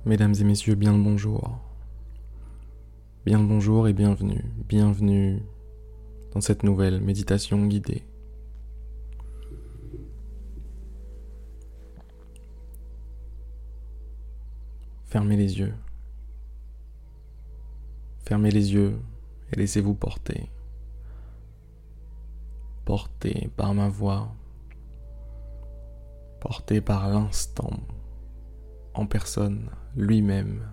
Mesdames et messieurs, bien le bonjour. Bien le bonjour et bienvenue. Bienvenue dans cette nouvelle méditation guidée. Fermez les yeux. Fermez les yeux et laissez-vous porter. Porté par ma voix. Porté par l'instant en personne, lui-même.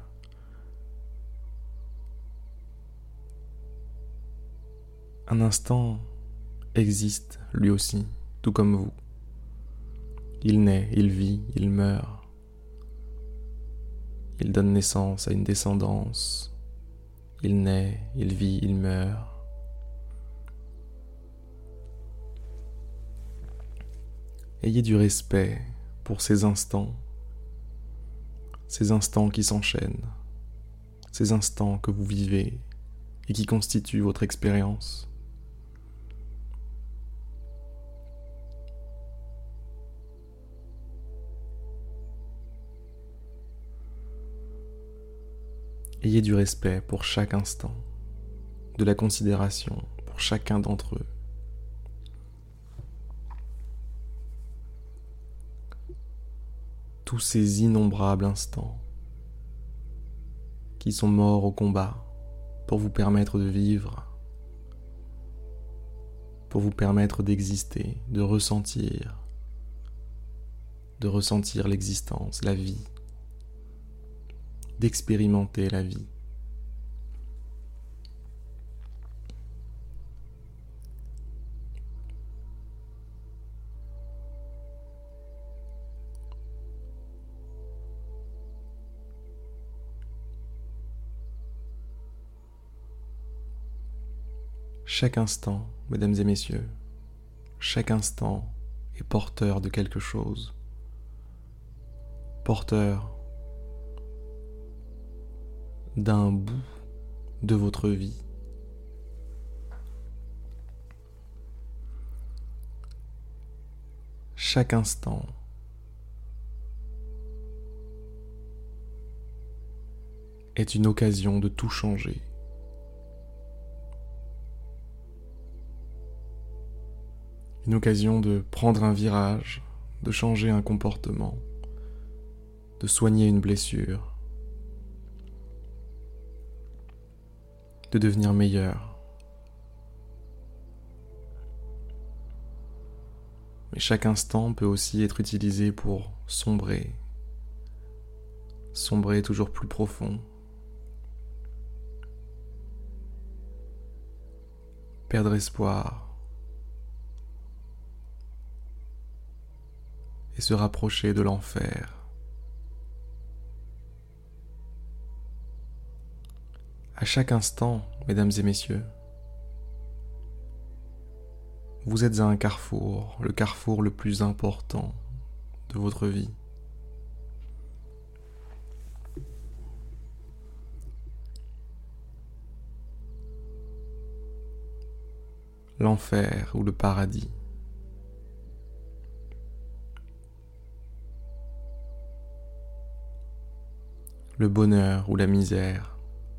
Un instant existe lui aussi, tout comme vous. Il naît, il vit, il meurt. Il donne naissance à une descendance. Il naît, il vit, il meurt. Ayez du respect pour ces instants qui s'enchaînent, ces instants que vous vivez et qui constituent votre expérience. Ayez du respect pour chaque instant, de la considération pour chacun d'entre eux. Tous ces innombrables instants qui sont morts au combat pour vous permettre de vivre, pour vous permettre d'exister, de ressentir l'existence, la vie, d'expérimenter la vie. Chaque instant, mesdames et messieurs, chaque instant est porteur de quelque chose, porteur d'un bout de votre vie. Chaque instant est une occasion de tout changer. Une occasion de prendre un virage, de changer un comportement, de soigner une blessure, de devenir meilleur. Mais chaque instant peut aussi être utilisé pour sombrer toujours plus profond, perdre espoir et se rapprocher de l'enfer. À chaque instant, mesdames et messieurs, vous êtes à un carrefour, le carrefour le plus important de votre vie. L'enfer ou le paradis. Le bonheur ou la misère.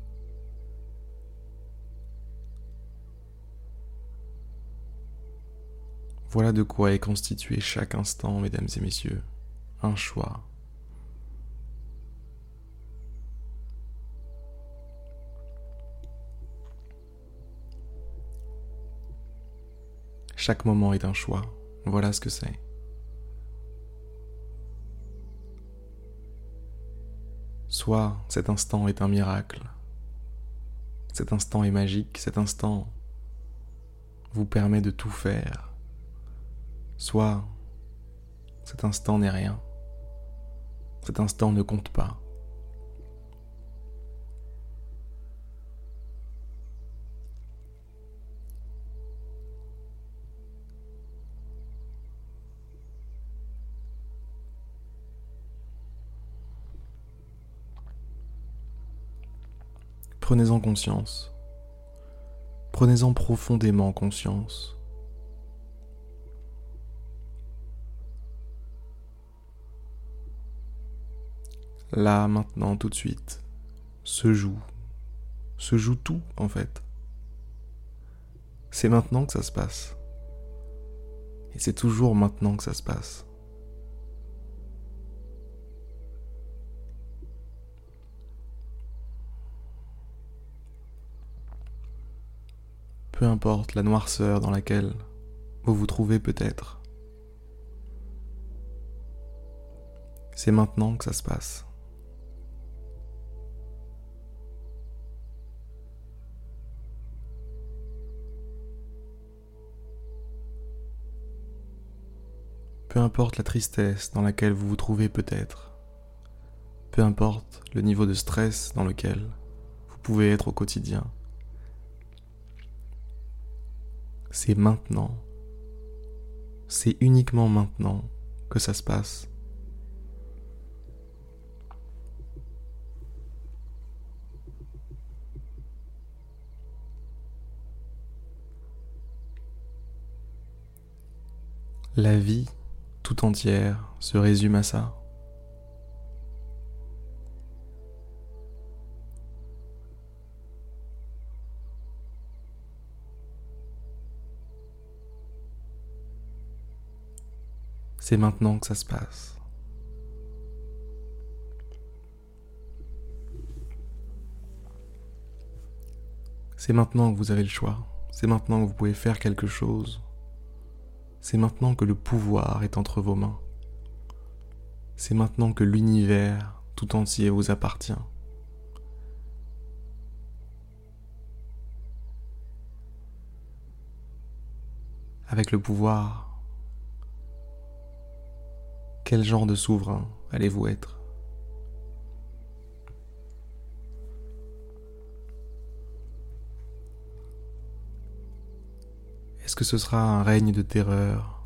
Voilà de quoi est constitué chaque instant, mesdames et messieurs. Un choix. Chaque moment est un choix. Voilà ce que c'est. Soit cet instant est un miracle, cet instant est magique, cet instant vous permet de tout faire. Soit cet instant n'est rien, cet instant ne compte pas. Prenez-en conscience. Prenez-en profondément conscience. là, maintenant, tout de suite, se joue tout en fait. C'est maintenant que ça se passe. Et c'est toujours maintenant que ça se passe. Peu importe la noirceur dans laquelle vous vous trouvez peut-être, c'est maintenant que ça se passe. Peu importe la tristesse dans laquelle vous vous trouvez peut-être, peu importe le niveau de stress dans lequel vous pouvez être au quotidien, c'est maintenant, c'est uniquement maintenant que ça se passe. La vie tout entière se résume à ça. C'est maintenant que ça se passe. C'est maintenant que vous avez le choix. C'est maintenant que vous pouvez faire quelque chose. C'est maintenant que le pouvoir est entre vos mains. C'est maintenant que l'univers tout entier vous appartient. Avec le pouvoir, quel genre de souverain allez-vous être ? Est-ce que ce sera un règne de terreur,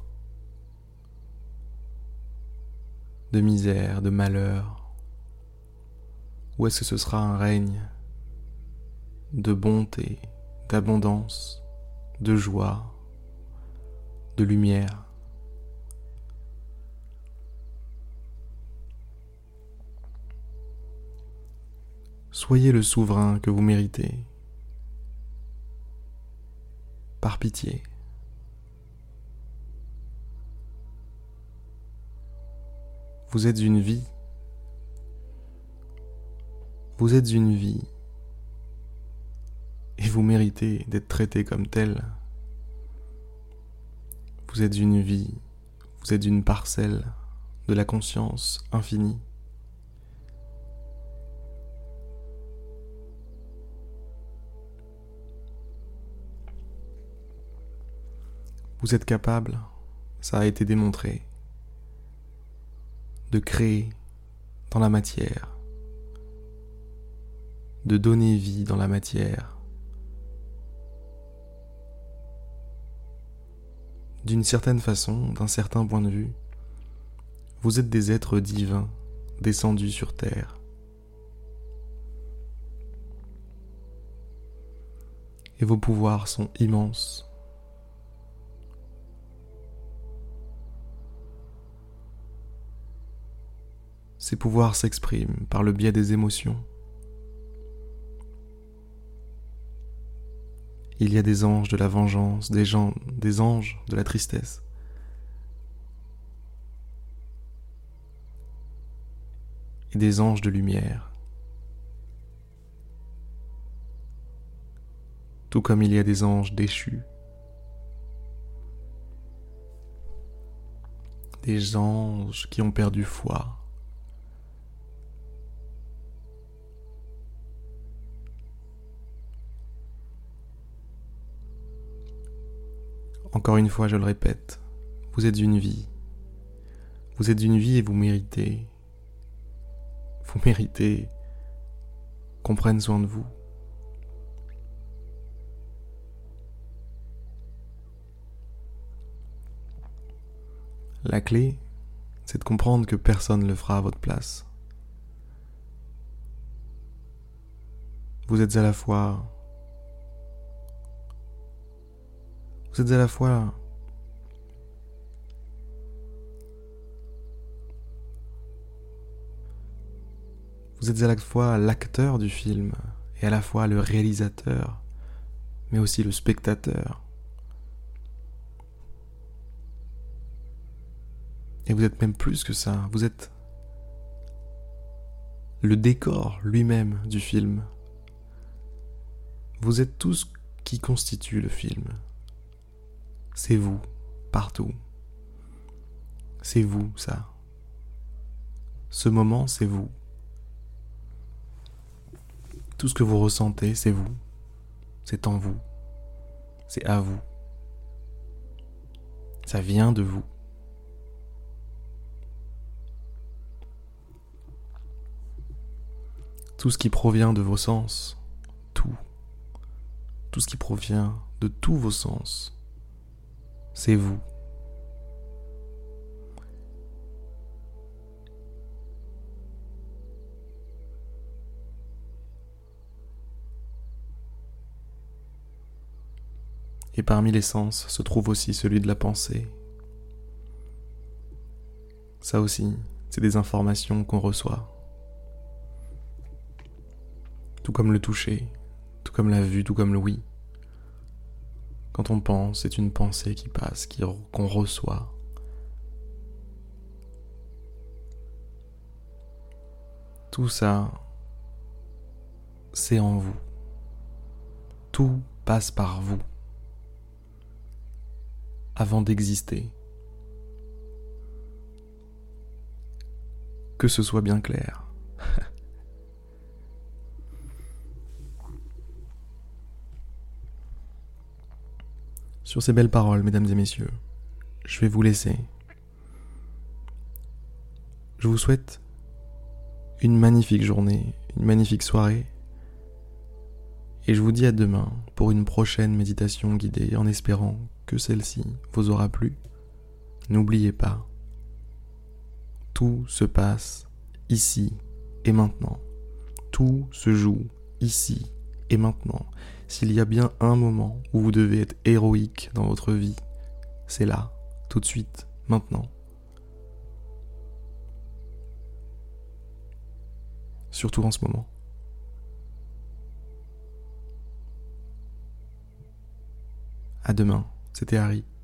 de misère, de malheur ? Ou est-ce que ce sera un règne de bonté, d'abondance, de joie, de lumière ? Soyez le souverain que vous méritez. Par pitié. Vous êtes une vie. Vous êtes une vie. Et vous méritez d'être traité comme tel. Vous êtes une vie. Vous êtes une parcelle de la conscience infinie. Vous êtes capable, ça a été démontré, de créer dans la matière, de donner vie dans la matière. D'une certaine façon, d'un certain point de vue, vous êtes des êtres divins descendus sur terre. Et vos pouvoirs sont immenses. Ces pouvoirs s'expriment par le biais des émotions. Il y a des anges de la vengeance, des anges de la tristesse. Et des anges de lumière. Tout comme il y a des anges déchus. Des anges qui ont perdu foi. Encore une fois, je le répète, vous êtes une vie. Vous êtes une vie et vous méritez qu'on prenne soin de vous. La clé, c'est de comprendre que personne ne le fera à votre place. Vous êtes à la fois Vous êtes à la fois l'acteur du film et à la fois le réalisateur, mais aussi le spectateur. Et vous êtes même plus que ça, vous êtes le décor lui-même du film. Vous êtes tout ce qui constitue le film. C'est vous, partout. C'est vous, ça. Ce moment, c'est vous. Tout ce que vous ressentez, c'est vous. C'est en vous. C'est à vous. Ça vient de vous. Tout ce qui provient de vos sens, tout ce qui provient de tous vos sens, c'est vous. Et parmi les sens se trouve aussi celui de la pensée. Ça aussi, c'est des informations qu'on reçoit. Tout comme le toucher, tout comme la vue, tout comme l'ouïe. Quand on pense, c'est une pensée qui passe, qu'on reçoit. Tout ça, c'est en vous. Tout passe par vous. Avant d'exister. Que ce soit bien clair. Sur ces belles paroles, mesdames et messieurs, je vais vous laisser. Je vous souhaite une magnifique journée, une magnifique soirée, et je vous dis à demain pour une prochaine méditation guidée en espérant que celle-ci vous aura plu. N'oubliez pas, tout se passe ici et maintenant. Tout se joue ici et maintenant. S'il y a bien un moment où vous devez être héroïque dans votre vie, c'est là, tout de suite, maintenant. Surtout en ce moment. À demain, c'était Harry.